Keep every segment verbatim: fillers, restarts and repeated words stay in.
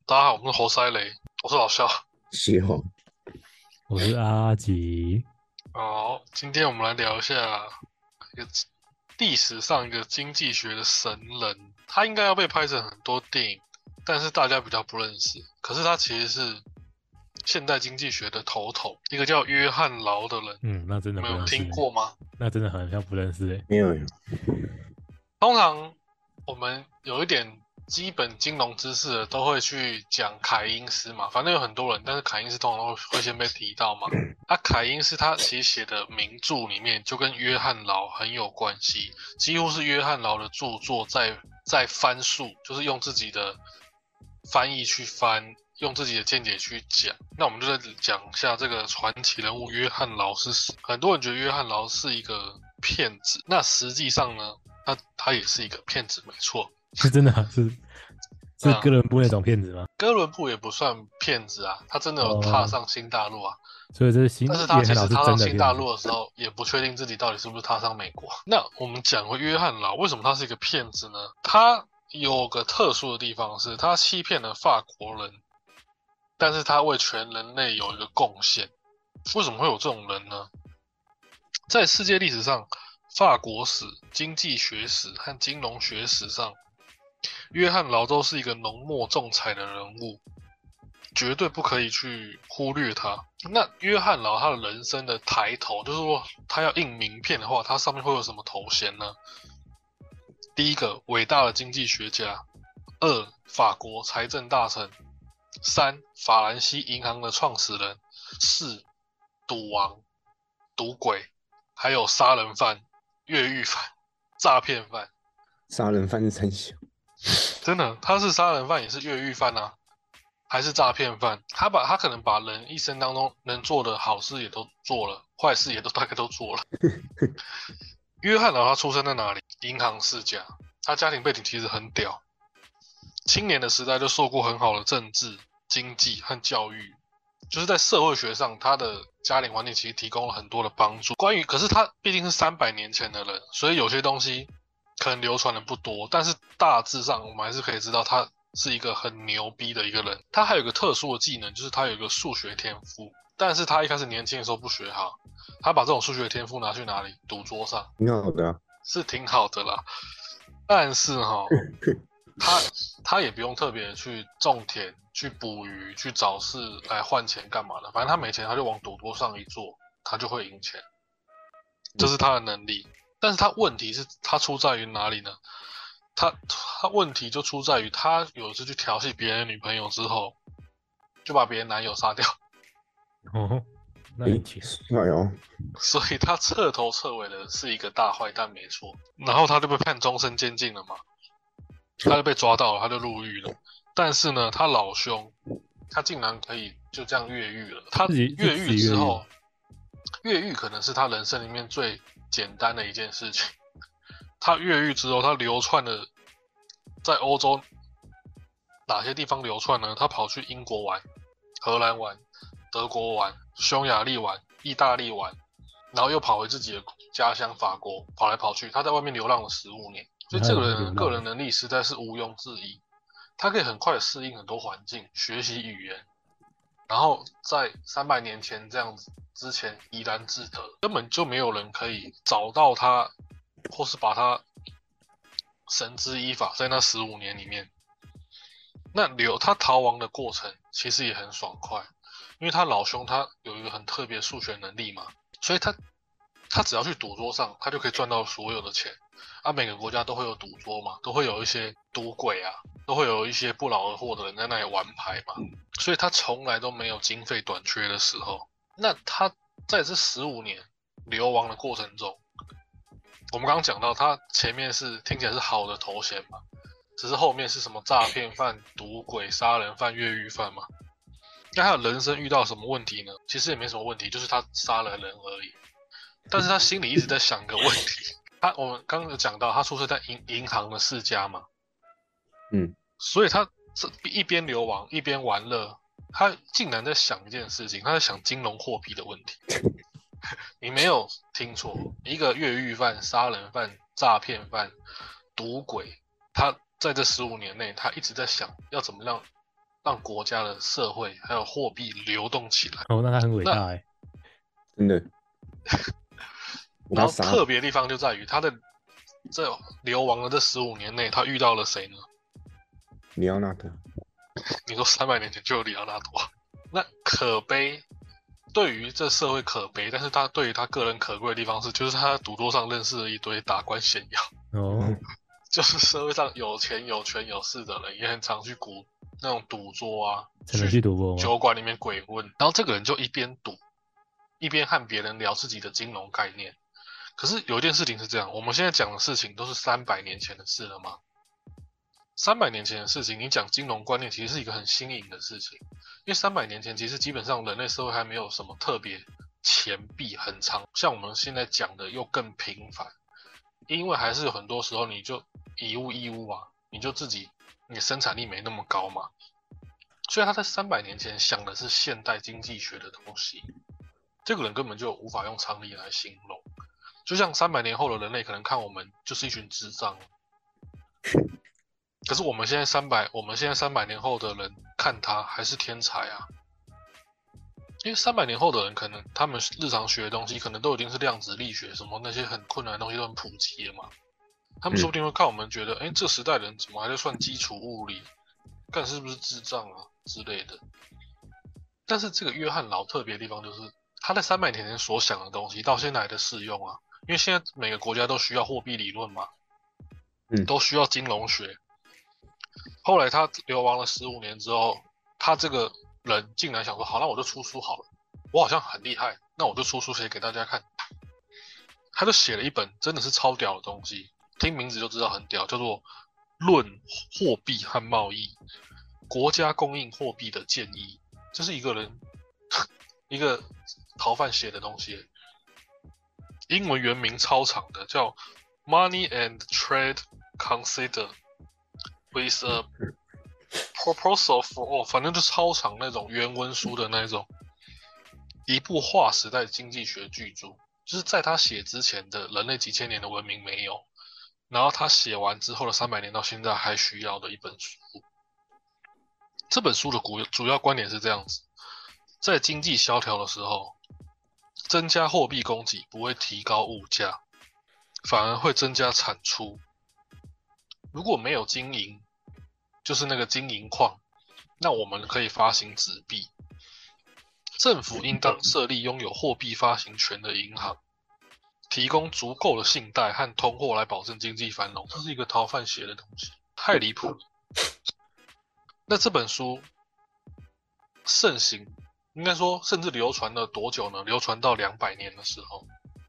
大家好，我们是猴塞雷，我是老肖。 喜欢。 我是阿吉。 好，今天我们来聊一下一个历史上一个经济学的神人，他应该要被拍成很多电影，但是大家比较不认识。可是他其实是现代经济学的头头，一个叫约翰劳的人。 嗯，那真的你们有不认识、欸。 听过吗？ 那真的很像不认识诶、欸。 没有有。 通常我们有一点基本金融知识的都会去讲凯因斯嘛，反正有很多人，但是凯因斯通常都会先被提到嘛。啊，凯因斯他其实写的名著里面就跟约翰劳很有关系，几乎是约翰劳的著作在在翻述，就是用自己的翻译去翻，用自己的见解去讲。那我们就在讲一下这个传奇人物约翰劳是谁。很多人觉得约翰劳是一个骗子，那实际上呢，他他也是一个骗子，没错。 是真的、啊、是是哥伦布那种骗子吗？ 哥伦布也不算骗子啊，他真的有踏上新大陆啊。 哦、所以这是新， 但是他其实踏上新大陆陆的时候，也不确定自己到底是不是踏上美国。那我们讲回约翰劳，为什么他是一个骗子呢？他有个特殊的地方是，他欺骗了法国人，但是他为全人类有一个贡献。为什么会有这种人呢？在世界历史上，法国史、经济学史和金融学史上，约翰劳都是一个浓墨重彩的人物，绝对不可以去忽略他。那约翰劳他的人生的抬头，就是说他要印名片的话，他上面会有什么头衔呢？第一个，伟大的经济学家；二，法国财政大臣；三，法兰西银行的创始人；四，赌王、赌鬼，还有杀人犯、越狱犯、诈骗犯。 杀人犯是三小。 真的，他是杀人犯，也是越狱犯啊，还是诈骗犯？他把他可能把人一生当中能做的好事也都做了，坏事也都大概都做了。约翰劳他出生在哪里？银行世家，他家庭背景其实很屌。青年的时代就受过很好的政治、经济和教育，就是在社会学上，他的家庭环境其实提供了很多的帮助。关于，可是他毕竟是三百年前的人，所以有些东西可能流传的不多，但是大致上我们还是可以知道他是一个很牛逼的一个人。他还有一个特殊的技能，就是他有一个数学天赋，但是他一开始年轻的时候不学好，他把这种数学天赋拿去哪里？赌桌上。 挺好的啊， 是挺好的啦，但是齁他他也不用特别去种田、去捕鱼、去找事来换钱干嘛的，反正他没钱他就往赌桌上一坐，他就会赢钱，这是他的能力。但是他问题是他出在于哪里呢？他他问题就出在于他有一次去调戏别人的女朋友之后，就把别人男友杀掉。 哦，那很奇怪哦。 所以他彻头彻尾的是一个大坏蛋，没错。然后他就被判终身监禁了嘛，他就被抓到了，他就入狱了。但是呢，他老兄他竟然可以就这样越狱了。他越狱之后，越狱可能是他人生里面最简单的一件事情。他越狱之后，他流窜的在欧洲哪些地方流窜呢？他跑去英国玩、荷兰玩、德国玩、匈牙利玩、意大利玩，然后又跑回自己的家乡法国，跑来跑去。他在外面流浪了十五年，所以这个人的个人能力实在是毋庸置疑。他可以很快的适应很多环境，学习语言，然后在三百年前这样子之前怡然自得，根本就没有人可以找到他，或是把他绳之以法。在那十五年里面，那留他逃亡的过程其实也很爽快，因为他老兄他有一个很特别数学能力嘛，所以他他只要去赌桌上，他就可以赚到所有的钱。啊，每个国家都会有赌桌嘛，都会有一些赌鬼啊，都会有一些不劳而获的人在那里玩牌嘛，所以他从来都没有经费短缺的时候。那他在这十五年流亡的过程中，我们刚刚讲到他前面是听起来是好的头衔嘛，只是后面是什么诈骗犯、赌鬼、杀人犯、越狱犯嘛。那他的人生遇到什么问题呢？其实也没什么问题，就是他杀了人而已。但是他心里一直在想个问题。他我们刚刚有讲到，他出生在银银行的世家嘛， 嗯， 所以他这一边流亡一边玩乐，他竟然在想一件事情，他在想金融货币的问题。你没有听错，一个越狱犯、杀人犯、诈骗犯、赌鬼，他在这十五年内，他一直在想要怎么让让国家的社会还有货币流动起来。 哦，那他很伟大哎， 真的。 然后特别的地方就在于他的这流亡的这十五年内，他遇到了谁呢？ 里奥纳多。 你说三百年前就有里奥纳多，那可悲。对于这社会可悲，但是他对于他个人可贵的地方是，就是他在赌桌上认识了一堆达官显要。 哦， 就是社会上有钱有权有势的人，也很常去赌那种赌桌啊， 真的去赌博吗？ 酒馆里面鬼混。然后这个人就一边赌，一边和别人聊自己的金融概念。可是有一件事情是这样，我们现在讲的事情都是三百年前的事了吗？三百年前的事情，你讲金融观念其实是一个很新颖的事情，因为三百年前其实基本上人类社会还没有什么特别钱币很长，像我们现在讲的又更频繁，因为还是有很多时候你就以物易物啊，你就自己你生产力没那么高嘛，所以他在三百年前想的是现代经济学的东西，这个人根本就无法用常理来形容，就像三百年后的人类可能看我们就是一群智障。可是我们现在三百，我们现在三百年后的人看他还是天才啊！因为三百年后的人可能他们日常学的东西可能都已经是量子力学什么那些很困难的东西都很普及了嘛，他们说不定会看我们觉得，哎、嗯，这时代人怎么还在算基础物理，看是不是智障啊之类的。但是这个约翰劳特别的地方就是他在三百年前所想的东西到现在还在适用啊，因为现在每个国家都需要货币理论嘛， 嗯， 都需要金融学。后来他流亡了十五年之后，他这个人竟然想说，好，那我就出书好了，我好像很厉害，那我就出书写给大家看。他就写了一本真的是超屌的东西，听名字就知道很屌，叫做《论货币和贸易：国家供应货币的建议》，这是一个人一个逃犯写的东西，英文原名超长的，叫 Money and Trade Consider with a Proposal for， 哦，反正就超长那种原文书的那种，一部划时代经济学巨著，就是在他写之前的人类几千年的文明没有，然后他写完之后的三百年到现在还需要的一本书。这本书的主要观点是这样子，在经济萧条的时候，增加货币供给不会提高物价，反而会增加产出。如果没有金银，就是那个金银矿，那我们可以发行纸币。政府应当设立拥有货币发行权的银行，提供足够的信贷和通货来保证经济繁荣。这是一个逃犯写的东西，太离谱了。那这本书盛行，应该说甚至流传了多久呢？流传到两百年的时候，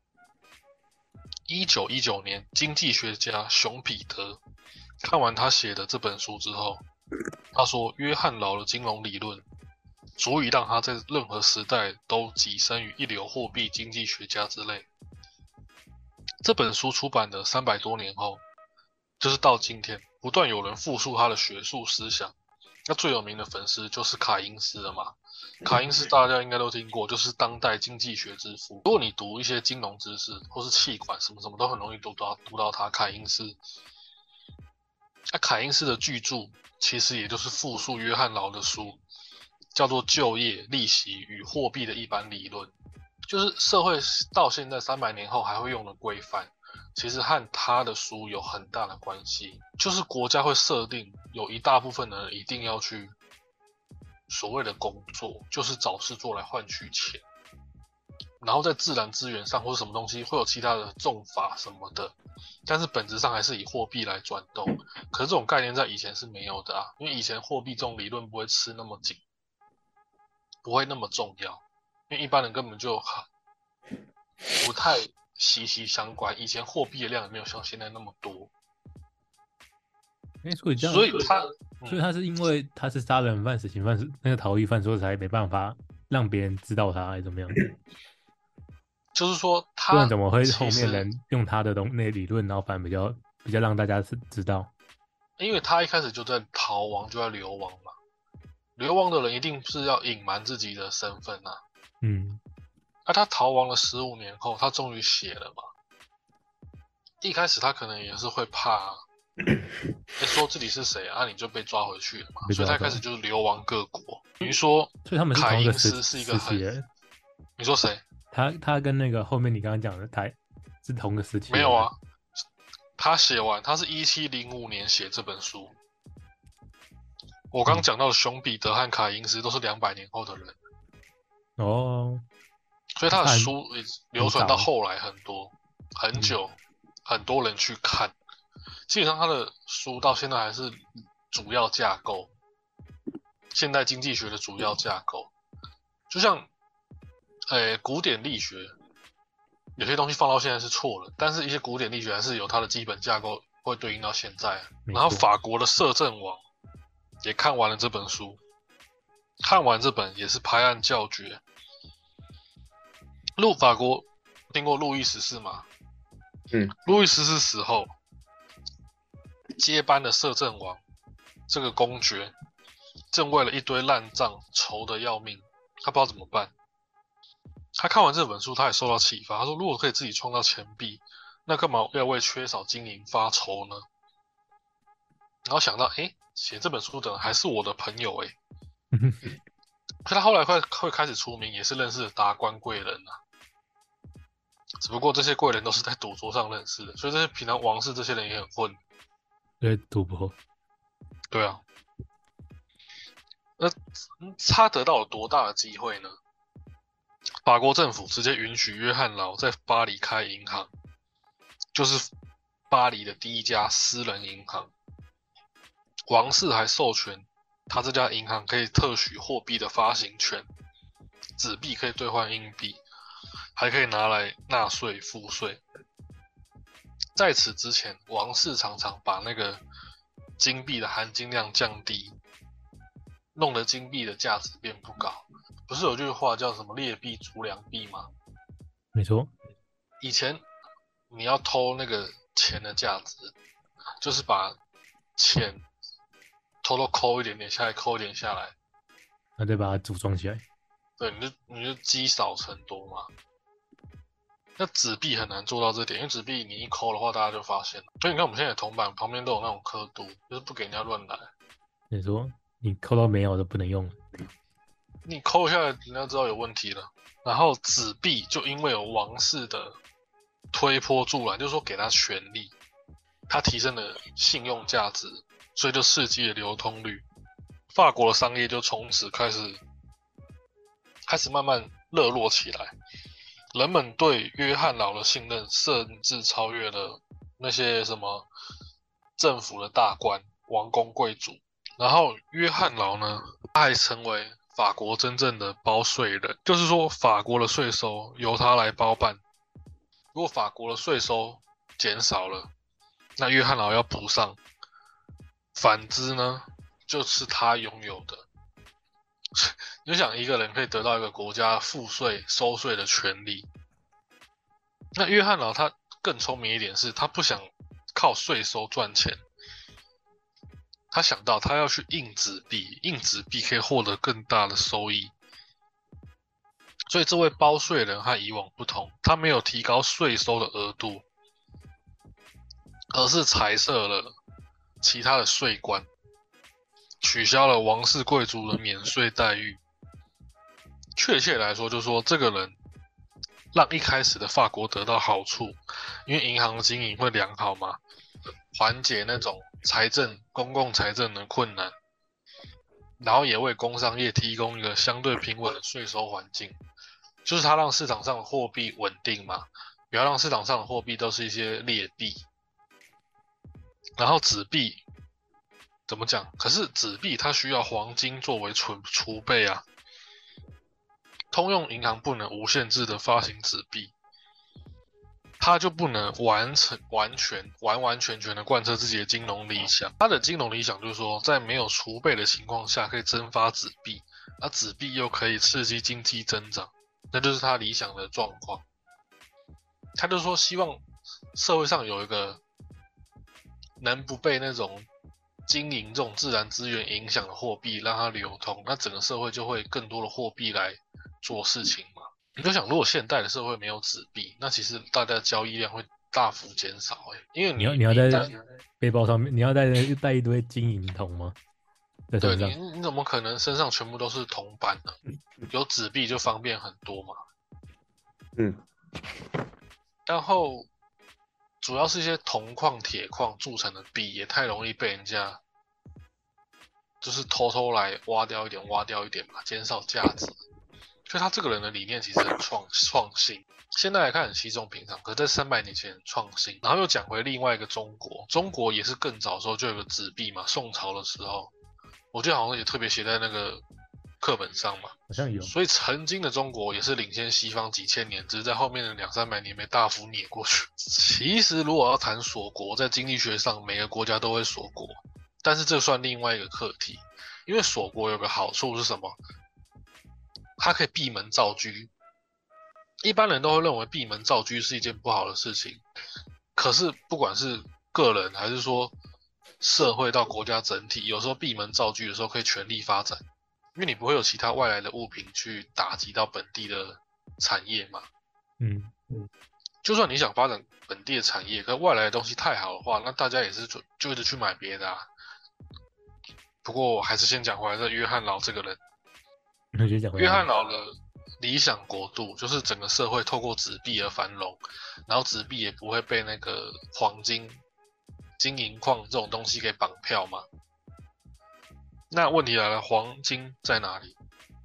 一九一九年，经济学家熊彼得看完他写的这本书之后，他说约翰劳的金融理论足以让他在任何时代都跻身于一流货币经济学家之类。这本书出版的三百多年后，就是到今天，不断有人复述他的学术思想。那最有名的粉丝就是卡因斯了嘛。卡因斯大家应该都听过，就是当代经济学之父。如果你读一些金融知识或是气管什么什么，都很容易读到读到他卡因斯。那凯因斯的巨著其实也就是复述约翰劳的书，叫做《就业、利息与货币的一般理论》，就是社会到现在三百年后还会用的规范，其实和他的书有很大的关系。就是国家会设定有一大部分的人一定要去所谓的工作，就是找事做来换取钱，然后在自然资源上或者什么东西会有其他的重法什么的，但是本质上还是以货币来转动。可是这种概念在以前是没有的啊，因为以前货币这种理论不会吃那么紧，不会那么重要，因为一般人根本就不太息息相关。以前货币的量也没有像现在那么多。 哎、欸，所以这样， 所以他， 所以他是因为他是杀人犯、死刑犯、那个逃逸犯，所以才没办法让别人知道他，还是怎么样？ 就是说他， 不然怎么会后面人用他的东那个理论，然后反而比较比较让大家知道？ 因为他一开始就在逃亡，就在流亡嘛。流亡的人一定是要隐瞒自己的身份啊。 嗯， 那、啊、他逃亡了十五年后，他终于写了嘛。一开始他可能也是会怕、啊， 哎，说自己是谁啊，你就被抓回去了嘛。 被抓走， 所以他开始就是流亡各国。等于说， 所以他们是凯同一个时因斯是一个很， 时期的人。 你说谁？ 他他跟那个后面你刚刚讲的他是同个时期的人。 没有啊，他写完，他是一七零五年写这本书。我刚嗯讲到的熊彼得和凯因斯都是两百年后的人， 哦， 所以他的他很书流传到很早后来很多很久，很多人去看。基本上他的书到现在还是主要架构，现代经济学的主要架构。就像，呃，古典力学有些东西放到现在是错了，但是一些古典力学还是有它的基本架构会对应到现在。然后没错。 法国的摄政王也看完了这本书，看完这本也是拍案叫绝。路法国听过路易十四吗？ 嗯， 路易十四死后，接班的摄政王这个公爵正为了一堆烂账愁得要命，他不知道怎么办。他看完这本书，他也受到启发。他说：“如果可以自己创造钱币，那干嘛要为缺少金银发愁呢？”然后想到，哎，写这本书的人还是我的朋友，哎，所以他后来会会开始出名，也是认识达官贵人啊。只不过这些贵人都是在赌桌上认识的，所以这些平常王室这些人也很混。 对，赌博。 对啊，那他得到了多大的机会呢？法国政府直接允许约翰劳在巴黎开银行，就是巴黎的第一家私人银行。王室还授权他这家银行可以特许货币的发行权，纸币可以兑换硬币，还可以拿来纳税赋税。在此之前，王室常常把那个金币的含金量降低，弄得金币的价值变不高。不是有句话叫什么劣币逐良币吗？ 没错。 以前你要偷那个钱的价值，就是把钱偷偷抠一点点下来，抠一点下来， 那再把它组装起来。 对，你就你就积少成多嘛。那纸币很难做到这点，因为纸币你一抠的话，大家就发现了。所以你看我们现在的铜板旁边都有那种刻度，就是不给人家乱来。 你说你扣到没有都不能用了。 你抠下来，人家知道有问题了。然后纸币就因为有王室的推波助澜，就是说给他权力，他提升了信用价值，所以就刺激了流通率。法国的商业就从此开始开始慢慢热络起来。人们对约翰劳的信任甚至超越了那些什么政府的大官、王公贵族。然后约翰劳呢，他还成为法国真正的包税人，就是说法国的税收由他来包办。如果法国的税收减少了，那约翰劳要补上；反之呢，就是他拥有的。你就想一个人可以得到一个国家赋税、收税的权利。那约翰劳他更聪明一点是，他不想靠税收赚钱，他想到他要去印纸币，印纸币可以获得更大的收益。所以这位包税人和以往不同，他没有提高税收的额度，而是裁撤了其他的税关，取消了王室贵族的免税待遇。确切来说，就是说这个人让一开始的法国得到好处，因为银行经营会良好嘛，缓解那种财政、公共财政的困难，然后也为工商业提供一个相对平稳的税收环境。就是他让市场上的货币稳定嘛，不要让市场上的货币都是一些劣币。然后纸币怎么讲？可是纸币它需要黄金作为储储备啊。通用银行不能无限制的发行纸币，它就不能完成完全完完全全的贯彻自己的金融理想。它的金融理想就是说，在没有储备的情况下，可以增发纸币，而纸币又可以刺激经济增长，那就是他理想的状况。他就说，希望社会上有一个能不被那种经营这种自然资源影响的货币让它流通，那整个社会就会更多的货币来做事情嘛。你就想，如果现代的社会没有纸币，那其实大家的交易量会大幅减少哎、欸，因为你要你要在带背包上面，你要带带一堆金银铜吗？在对身上？ 你你怎么可能身上全部都是铜板呢？有纸币就方便很多嘛。 嗯， 然后主要是一些铜矿、铁矿铸成的币，也太容易被人家就是偷偷来挖掉一点，挖掉一点嘛，减少价值。所以他这个人的理念其实很创创新，现在来看很稀松平常，可在三百年前很创新。然后又讲回另外一个中国，中国也是更早的时候就有个纸币嘛，宋朝的时候，我记得好像也特别写在那个课本上嘛。 好像有。 所以曾经的中国也是领先西方几千年，只是在后面的两三百年被大幅碾过去。其实如果要谈锁国，在经济学上每个国家都会锁国，但是这算另外一个课题，因为锁国有个好处是什么？它可以闭门造车。一般人都会认为闭门造车是一件不好的事情，可是不管是个人还是说社会到国家整体，有时候闭门造车的时候可以全力发展，因为你不会有其他外来的物品去打击到本地的产业嘛。 嗯嗯， 就算你想发展本地的产业，可是外来的东西太好的话，那大家也是就就一直去买别的啊。不过我还是先讲回来这约翰劳这个人。 我觉得讲回来约翰劳的理想国度就是整个社会透过纸币而繁荣，然后纸币也不会被那个黄金、金银矿这种东西给绑票嘛。那问题来了，黄金在哪里？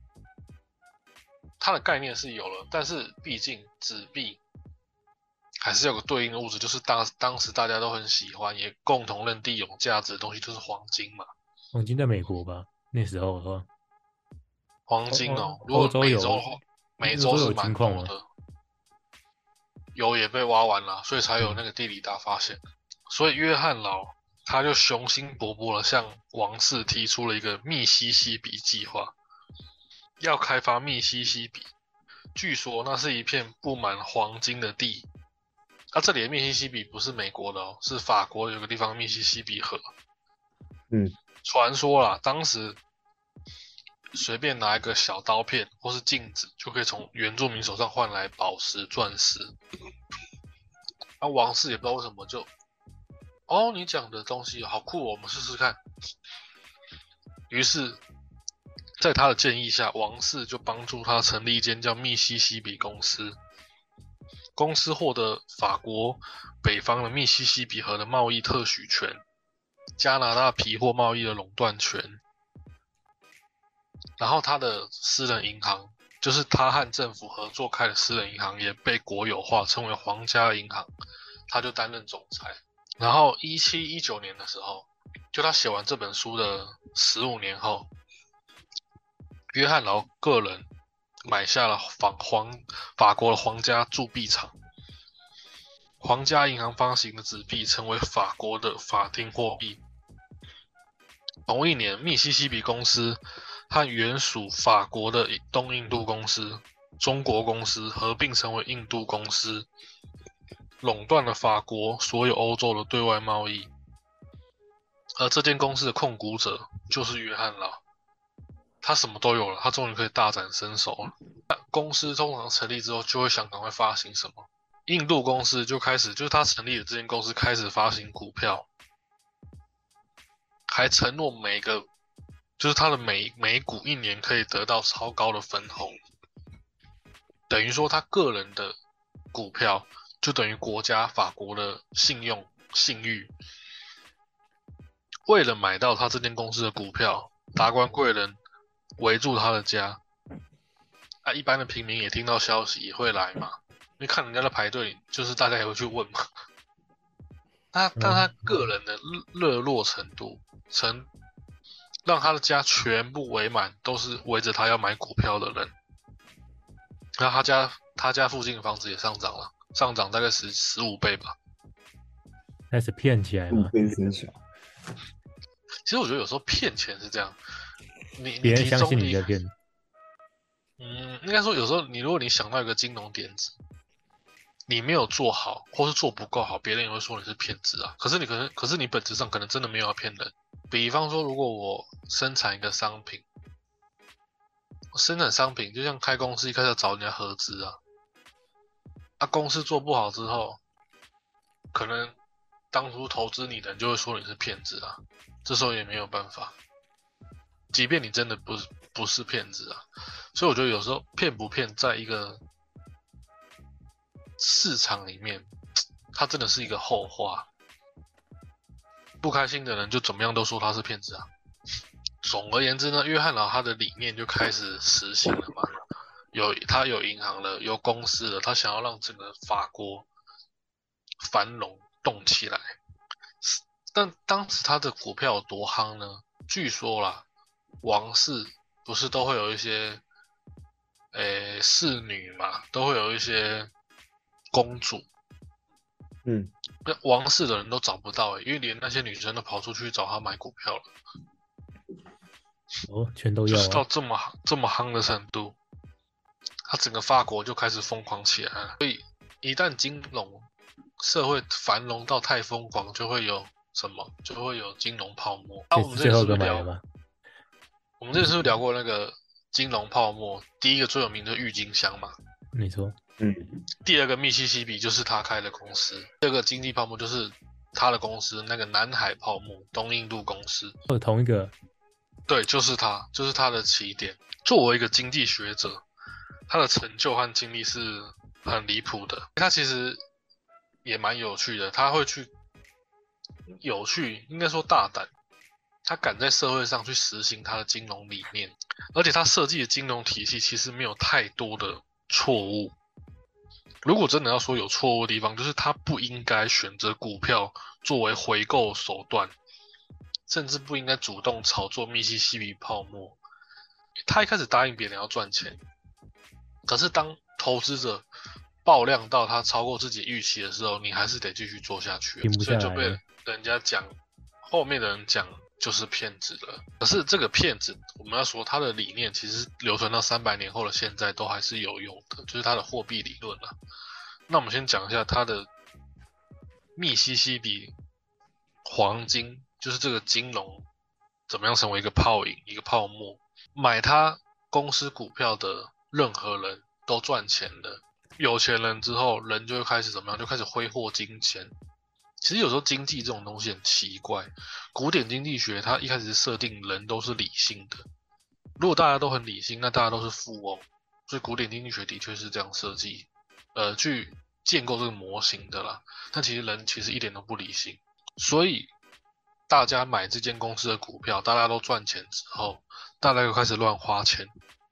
它的概念是有了，但是毕竟纸币还是有个对应的物质，就是当当时大家都很喜欢，也共同认定有价值的东西，就是黄金嘛。 黄金在美国吧？那时候的话， 黄金哦，如果欧洲有美洲的话，美洲是蛮多的，油也被挖完了，所以才有那个地理大发现。嗯、所以约翰劳他就雄心勃勃的向王室提出了一个密西西比计划，要开发密西西比。据说那是一片布满黄金的地。啊，这里的密西西比不是美国的哦，是法国有个地方密西西比河。 嗯， 传说啦，当时随便拿一个小刀片或是镜子，就可以从原住民手上换来宝石、钻石。啊，王室也不知道为什么就，哦，你讲的东西好酷哦，我们试试看。于是，在他的建议下，王室就帮助他成立一间叫密西西比公司。公司获得法国北方的密西西比河的贸易特许权，加拿大皮货贸易的垄断权。然后他的私人银行，就是他和政府合作开的私人银行，也被国有化，称为皇家银行。他就担任总裁。然后一七一九年的时候，就他写完这本书的十五年后，约翰劳个人买下了法皇法国的皇家铸币厂。皇家银行发行的纸币成为法国的法定货币。同一年，密西西比公司和原属法国的东印度公司、中国公司合并成为印度公司，垄断了法国所有欧洲的对外贸易。而这间公司的控股者就是约翰劳，他什么都有了，他终于可以大展身手了。公司通常成立之后就会想赶快发行什么，印度公司就开始，就是他成立的这间公司开始发行股票，还承诺每个，就是他的每每股一年可以得到超高的分红，等于说他个人的股票就等于国家法国的信用信誉。为了买到他这间公司的股票，达官贵人围住他的家。啊，一般的平民也听到消息也会来嘛，因为看人家在排队，就是大家也会去问嘛。那但他个人的热络程度，曾让他的家全部围满，都是围着他要买股票的人。然后他家他家附近的房子也上涨了，上涨大概十十五倍吧。 开始骗起来嘛。 变身小。 其实我觉得有时候骗钱是这样，你别人相信你在骗。 嗯，应该说有时候你如果你想到一个金融点子，你没有做好，或是做不够好，别人也会说你是骗子啊。可是你可能，可是你本质上可能真的没有要骗人。比方说，如果我生产一个商品，生产商品就像开公司一开始要找人家合资啊，啊公司做不好之后， 可能当初投资你的人就会说你是骗子啊，这时候也没有办法。即便你真的不是不是骗子啊，所以我觉得有时候骗不骗，在一个市场里面，它真的是一个后话。不开心的人就怎么样都说他是骗子啊。总而言之呢，约翰劳他的理念就开始实行了嘛，有他有银行了，有公司了，他想要让整个法国繁荣动起来。但当时他的股票有多夯呢？据说啦，王室不是都会有一些，诶侍女嘛，都会有一些公主。 嗯， 那王室的人都找不到诶、欸，因为连那些女生都跑出去找他买股票了。 哦，全都要就是到啊。 这么这么夯的程度，他整个法国就开始疯狂起来了。所以一旦金融社会繁荣到太疯狂，就会有什么？就会有金融泡沫。啊，我们之最后前是不是聊？ 一个买了吗？ 我们之前是不是聊过那个金融泡沫？第一个最有名的郁金香嘛， 没错。 嗯， 第二个密西西比就是他开的公司，第二个经济泡沫就是他的公司那个南海泡沫，东印度公司。 哦，同一个。 对，就是他，就是他的起点。作为一个经济学者，他的成就和经历是很离谱的。他其实也蛮有趣的，他会去有趣，应该说大胆，他敢在社会上去实行他的金融理念，而且他设计的金融体系其实没有太多的错误。如果真的要说有错误的地方，就是他不应该选择股票作为回购手段。甚至不应该主动炒作密西西比泡沫。他一开始答应别人要赚钱，可是当投资者爆量到他超过自己预期的时候，你还是得继续做下去， 停不下来所以就被人家讲，后面的人讲就是骗子了。可是这个骗子，我们要说他的理念其实流传到三百年后的现在都还是有用的，就是他的货币理论啊。那我们先讲一下他的密西西比黄金。就是这个金融怎么样成为一个泡影、一个泡沫？买他公司股票的任何人都赚钱了，有钱人之后，人就会开始怎么样？就开始挥霍金钱。其实有时候经济这种东西很奇怪，古典经济学它一开始是设定人都是理性的，如果大家都很理性，那大家都是富翁。所以古典经济学的确是这样设计，呃，去建构这个模型的啦。但其实人其实一点都不理性，所以。大家买这间公司的股票，大家都赚钱之后，大家又开始乱花钱，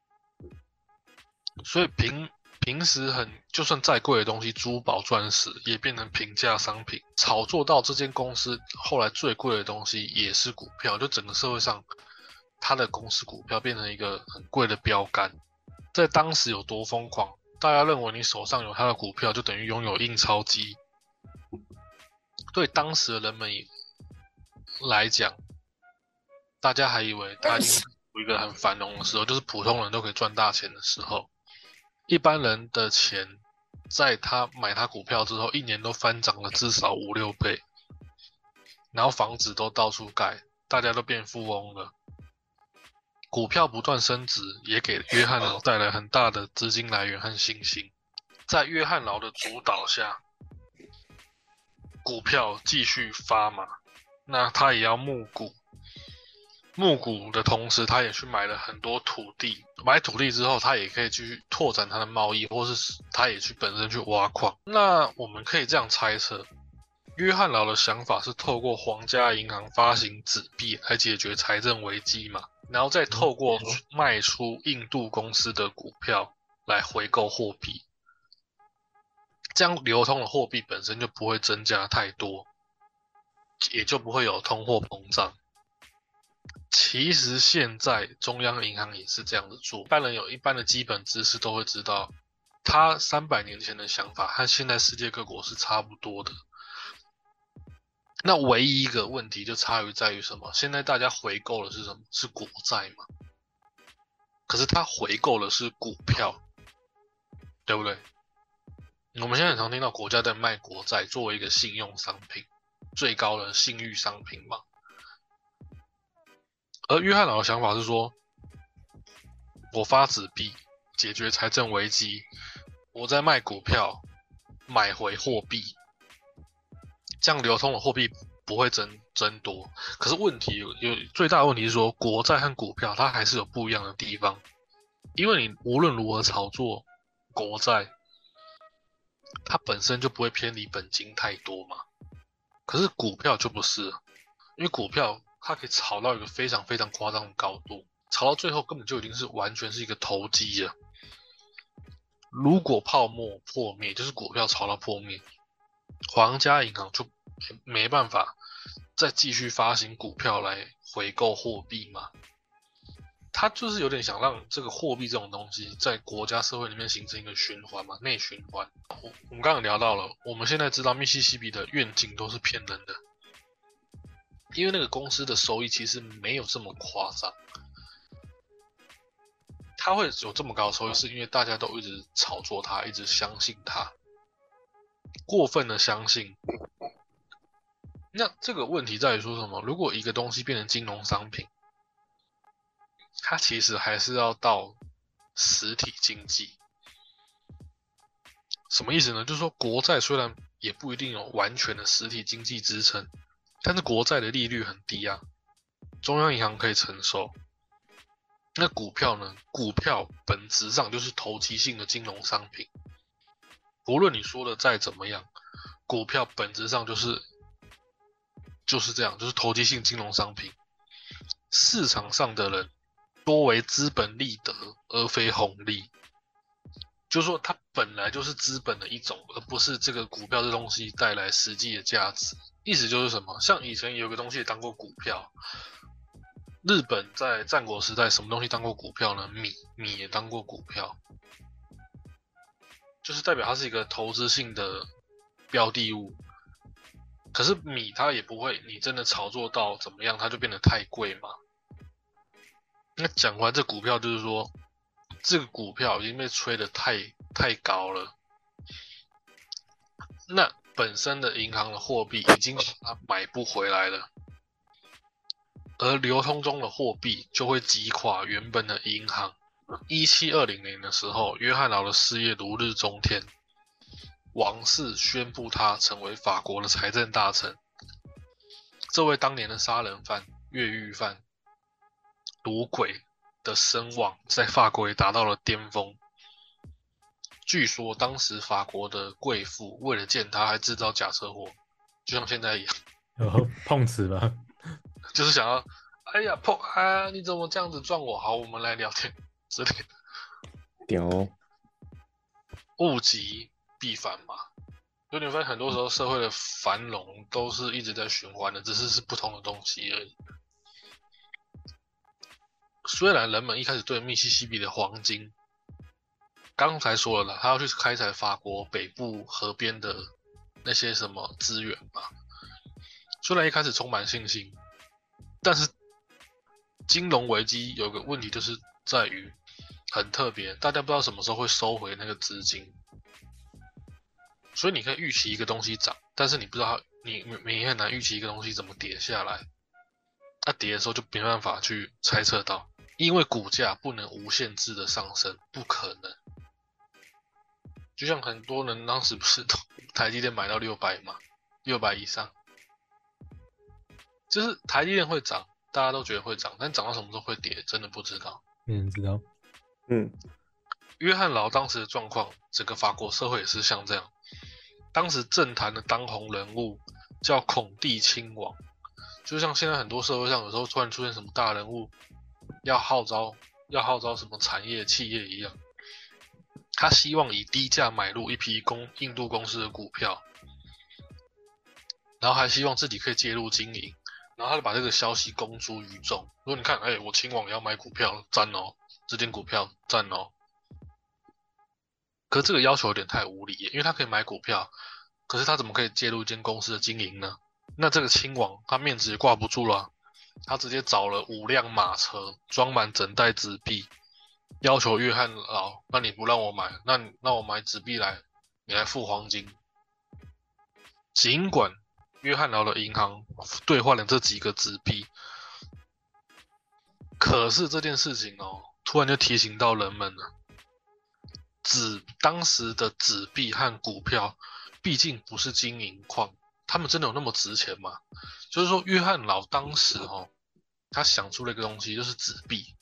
所以平平时很就算再贵的东西，珠宝、钻石也变成平价商品，炒作到这间公司后来最贵的东西也是股票，就整个社会上，它的公司股票变成一个很贵的标杆。在当时有多疯狂，大家认为你手上有它的股票，就等于拥有印钞机。对当时的人们也。来讲，大家还以为他已经有一个很繁荣的时候，就是普通人都可以赚大钱的时候，一般人的钱在他买他股票之后，一年都翻涨了至少五六倍，然后房子都到处盖，大家都变富翁了。股票不断升值，也给约翰劳带来很大的资金来源和信心。在约翰劳的主导下，股票继续发嘛。那他也要募股，募股的同时，他也去买了很多土地。买土地之后，他也可以去拓展他的贸易，或是他也去本身去挖矿。那我们可以这样猜测，约翰劳的想法是透过皇家银行发行纸币来解决财政危机嘛，然后再透过卖出印度公司的股票来回购货币，这样流通的货币本身就不会增加太多。也就不会有通货膨胀。其实现在中央银行也是这样子做，一般人有一般的基本知识都会知道，他三百年前的想法和现在世界各国是差不多的。那唯一一个问题就差于在于什么？现在大家回购的是什么？是国债嘛？可是他回购的是股票，对不对？我们现在很常听到国家在卖国债作为一个信用商品。最高的信誉商品嘛，而约翰劳的想法是说，我发纸币解决财政危机，我在卖股票买回货币， 这样流通的货币不会增增多。可是问题有有最大的问题是说，国债和股票它还是有不一样的地方，因为你无论如何炒作国债，它本身就不会偏离本金太多嘛。可是股票就不是了，因为股票它可以炒到一个非常非常夸张的高度，炒到最后根本就已经是完全是一个投机了。如果泡沫破灭，就是股票炒到破灭，皇家银行就没办法再继续发行股票来回购货币嘛。他就是有点想让这个货币这种东西在国家社会里面形成一个循环嘛，内循环。我我们刚刚聊到了，我们现在知道密西西比的愿景都是骗人的，因为那个公司的收益其实没有这么夸张。他会有这么高的收益，是因为大家都一直炒作它，一直相信它，过分的相信。那这个问题在于说什么？如果一个东西变成金融商品，它其实还是要到实体经济。什么意思呢？就是说国债虽然也不一定有完全的实体经济支撑，但是国债的利率很低啊，中央银行可以承受。那股票呢？股票本质上就是投机性的金融商品。无论你说的再怎么样，股票本质上就是就是这样，就是投机性金融商品。市场上的人多为资本利得，而非红利。就是说，它本来就是资本的一种，而不是这个股票这东西带来实际的价值。意思就是什么？像以前有个东西也当过股票。日本在战国时代什么东西当过股票呢？米，米也当过股票，就是代表它是一个投资性的标的物。可是米它也不会，你真的炒作到怎么样，它就变得太贵嘛。那讲回来，这股票就是说，这个股票已经被吹得太太高了。那本身的银行的货币已经它买不回来了。而流通中的货币就会击垮原本的银行。一七二零年的时候，约翰劳的事业如日中天，王室宣布他成为法国的财政大臣。这位当年的杀人犯、越狱犯、赌鬼的声望在法国也达到了巅峰。据说当时法国的贵妇为了见他，还制造假车祸，就像现在一样。 有碰瓷吧？ 就是想要，哎呀，碰啊！你怎么这样子撞我？好，我们来聊天之类的。 屌、哦， 物极必反嘛。就你发现很多时候社会的繁荣都是一直在循环的，只是是不同的东西而已。虽然人们一开始对密西西比的黄金，刚才说了啦，他要去开采法国北部河边的那些什么资源嘛。虽然一开始充满信心。但是金融危机有个问题，就是在于很特别，大家不知道什么时候会收回那个资金，所以你可以预期一个东西涨，但是你不知道它，你你很难预期一个东西怎么跌下来。它跌的时候就没办法去猜测到，因为股价不能无限制的上升，不可能。就像很多人当时不是台积电买到六百嘛，六百以上。就是台积电会涨，大家都觉得会涨，但涨到什么时候会跌，真的不知道。 没人知道。 嗯， 约翰劳当时的状况，整个法国社会也是像这样。当时政坛的当红人物叫孔蒂亲王，就像现在很多社会上有时候突然出现什么大人物，要号召要号召什么产业企业一样，他希望以低价买入一批公印度公司的股票，然后还希望自己可以介入经营。然后他就把这个消息公诸于众，说你看，哎、欸，我亲王也要买股票，赞哦，这间股票赞哦。可是这个要求有点太无理，因为他可以买股票，可是他怎么可以介入一间公司的经营呢？那这个亲王他面子也挂不住了，他直接找了五辆马车，装满整袋纸币，要求约翰劳，那你不让我买，那那我买纸币来，你来付黄金。尽管约翰劳的银行兑换了这几个纸币，可是这件事情哦，突然就提醒到人们了。纸当时的纸币和股票，毕竟不是金银矿， 他们真的有那么值钱吗？就是说，约翰劳当时哦，他想出了一个东西，就是纸币，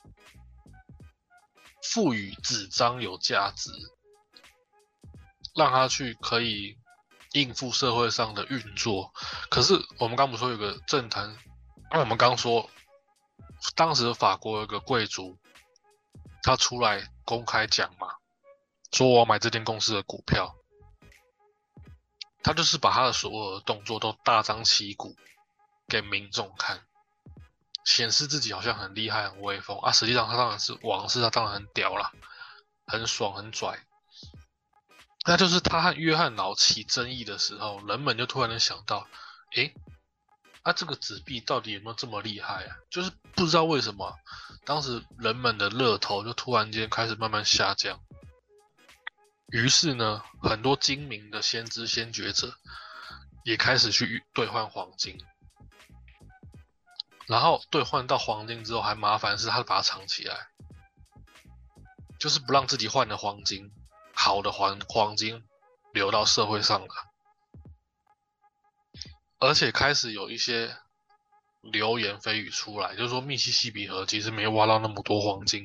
赋予纸张有价值，让它去可以应付社会上的运作。可是我们刚不是说有个政坛，那我们刚说，当时法国有个贵族，他出来公开讲嘛，说我要买这间公司的股票。他就是把他的所有的动作都大张旗鼓给民众看，显示自己好像很厉害、很威风啊。实际上他当然是王室，他当然很屌啦，很爽、很拽。那就是他和约翰劳起争议的时候，人们就突然的想到，诶，啊这个纸币到底有没有这么厉害啊？就是不知道为什么，当时人们的热头就突然间开始慢慢下降。于是呢，很多精明的先知先觉者也开始去兑换黄金，然后兑换到黄金之后，还麻烦是他把它藏起来，就是不让自己换的黄金，好的黄黄金流到社会上了，而且开始有一些流言蜚语出来，就是说密西西比河其实没挖到那么多黄金。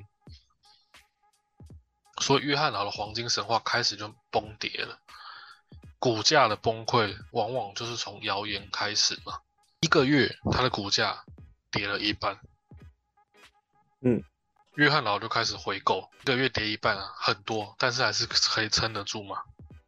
所以约翰劳的黄金神话开始就崩跌了，股价的崩溃往往就是从谣言开始嘛。一个月它的股价跌了一半， 嗯， 约翰劳就开始回购，一个月跌一半啊，很多，但是还是可以撑得住嘛。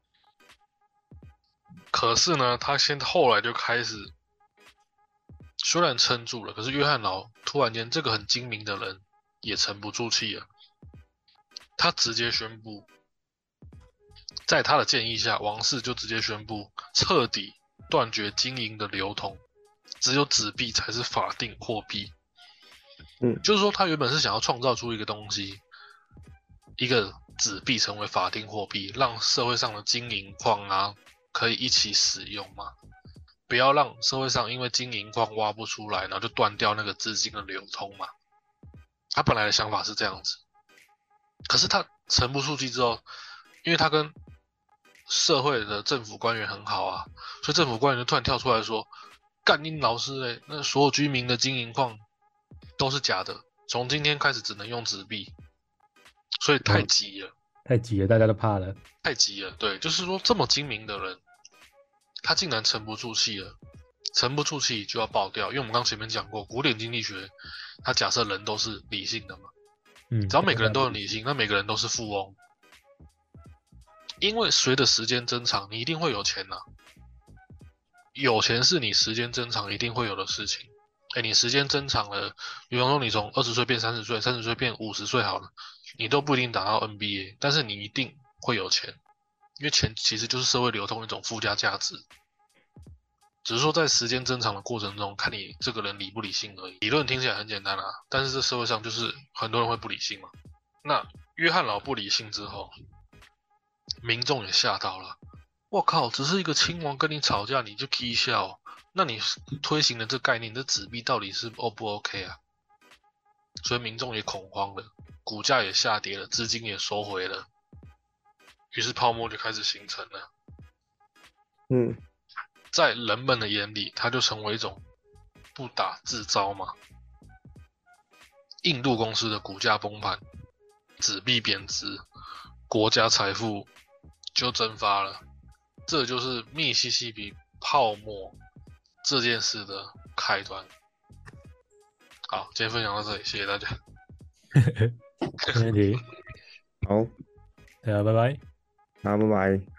可是呢，他先后来就开始，虽然撑住了，可是约翰劳突然间这个很精明的人也沉不住气了。他直接宣布，在他的建议下，王室就直接宣布彻底断绝金银的流通，只有纸币才是法定货币。 嗯， 就是说他原本是想要创造出一个东西，一个纸币成为法定货币，让社会上的金银矿啊可以一起使用嘛，不要让社会上因为金银矿挖不出来，然后就断掉那个资金的流通嘛。他本来的想法是这样子。可是他沉不住气之后，因为他跟社会的政府官员很好啊，所以政府官员就突然跳出来说：“干你老师嘞，那所有居民的金银矿都是假的，从今天开始只能用纸币。”所以太急了， 太急了，大家都怕了。 太急了。对，就是说这么精明的人，他竟然沉不住气了，沉不住气就要爆掉。因为我们刚前面讲过，古典经济学，它假设人都是理性的嘛。 嗯， 只要每个人都很理性，那每个人都是富翁。因为随着时间增长，你一定会有钱啊。有钱是你时间增长一定会有的事情。哎，你时间增长了，比方说你从二十岁变三十岁，三十岁变五十岁好了，你都不一定打到 N B A， 但是你一定会有钱，因为钱其实就是社会流通一种附加价值。只是说在时间增长的过程中，看你这个人理不理性而已。理论听起来很简单啊，但是这社会上就是很多人会不理性嘛。那约翰劳不理性之后，民众也吓到了。我靠，只是一个亲王跟你吵架你就踢笑，那你推行的这概念，这纸币到底是 O 不 OK 啊？所以民众也恐慌了，股价也下跌了，资金也收回了，于是泡沫就开始形成了。 嗯。 在人们的眼里，它就成为一种不打自招嘛。印度公司的股价崩盘，纸币贬值，国家财富就蒸发了。这就是密西西比泡沫这件事的开端。好，今天分享到这里，谢谢大家。 没问题。 好， 对啊，拜拜。 好，拜拜。